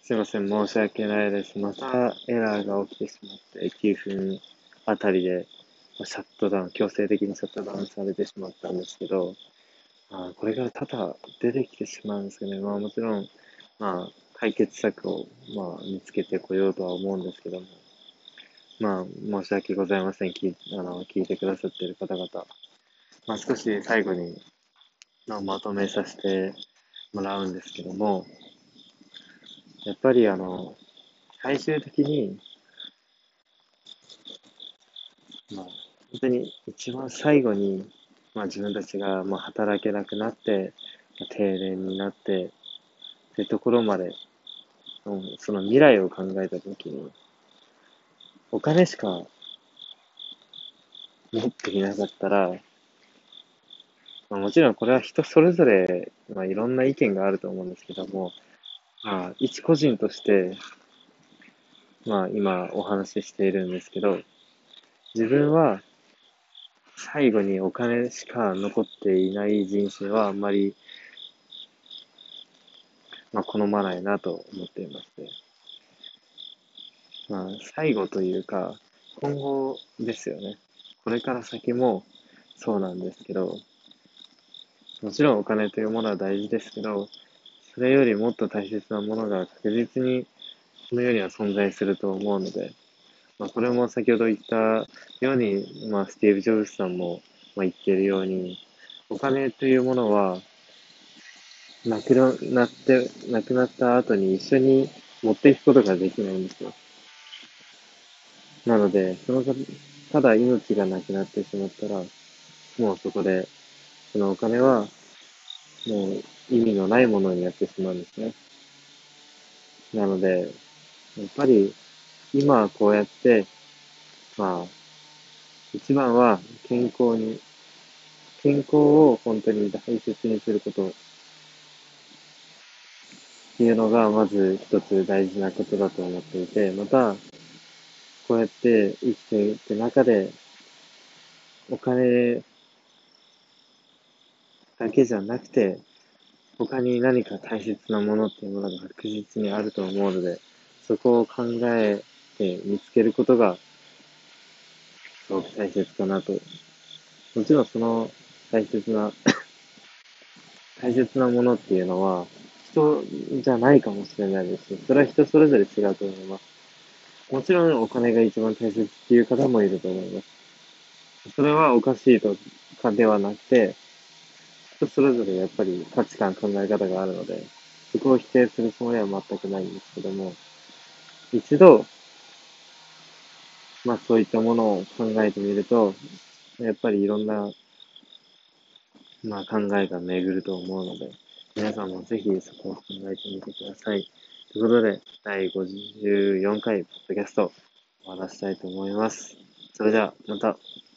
すいません、申し訳ないです。またエラーが起きてしまって、9分あたりでシャットダウン、強制的にシャットダウンされてしまったんですけど、これから多々出てきてしまうんですけどね、もちろん、解決策を、見つけてこようとは思うんですけども、申し訳ございません。聞いてくださっている方々。少し最後に、まとめさせてもらうんですけども、やっぱり最終的に、本当に一番最後に、自分たちが働けなくなって、定年になって、ってところまで、その未来を考えたときに、お金しか持っていなかったら、もちろんこれは人それぞれ、いろんな意見があると思うんですけども、一個人として、今お話ししているんですけど、自分は最後にお金しか残っていない人生はあんまり、好まないなと思っていまして、最後というか、今後ですよね。これから先もそうなんですけど、もちろんお金というものは大事ですけど、それよりもっと大切なものが確実にこの世には存在すると思うので、これも先ほど言ったように、スティーブ・ジョブズさんも、言っているように、お金というものは、亡くなった後に一緒に持っていくことができないんですよ。なので、ただ命がなくなってしまったら、もうそこで、そのお金は、もう意味のないものになってしまうんですね。なので、やっぱり、今はこうやって、まあ、一番は健康を本当に大切にすることっていうのが、まず一つ大事なことだと思っていて、また、こうやって生きていく中で、お金だけじゃなくて、他に何か大切なものっていうものが確実にあると思うので、そこを考えて見つけることがすごく大切かなと。もちろんその大切な、大切なものっていうのは人じゃないかもしれないですし、それは人それぞれ違うと思います。もちろんお金が一番大切っていう方もいると思います。それはおかしいとかではなくて、人それぞれやっぱり価値観、考え方があるので、そこを否定するつもりは全くないんですけども、一度、そういったものを考えてみると、やっぱりいろんな、考えが巡ると思うので、皆さんもぜひそこを考えてみてください。ということで、第54回ポッドキャスト終わらせたいと思います。それでは、また。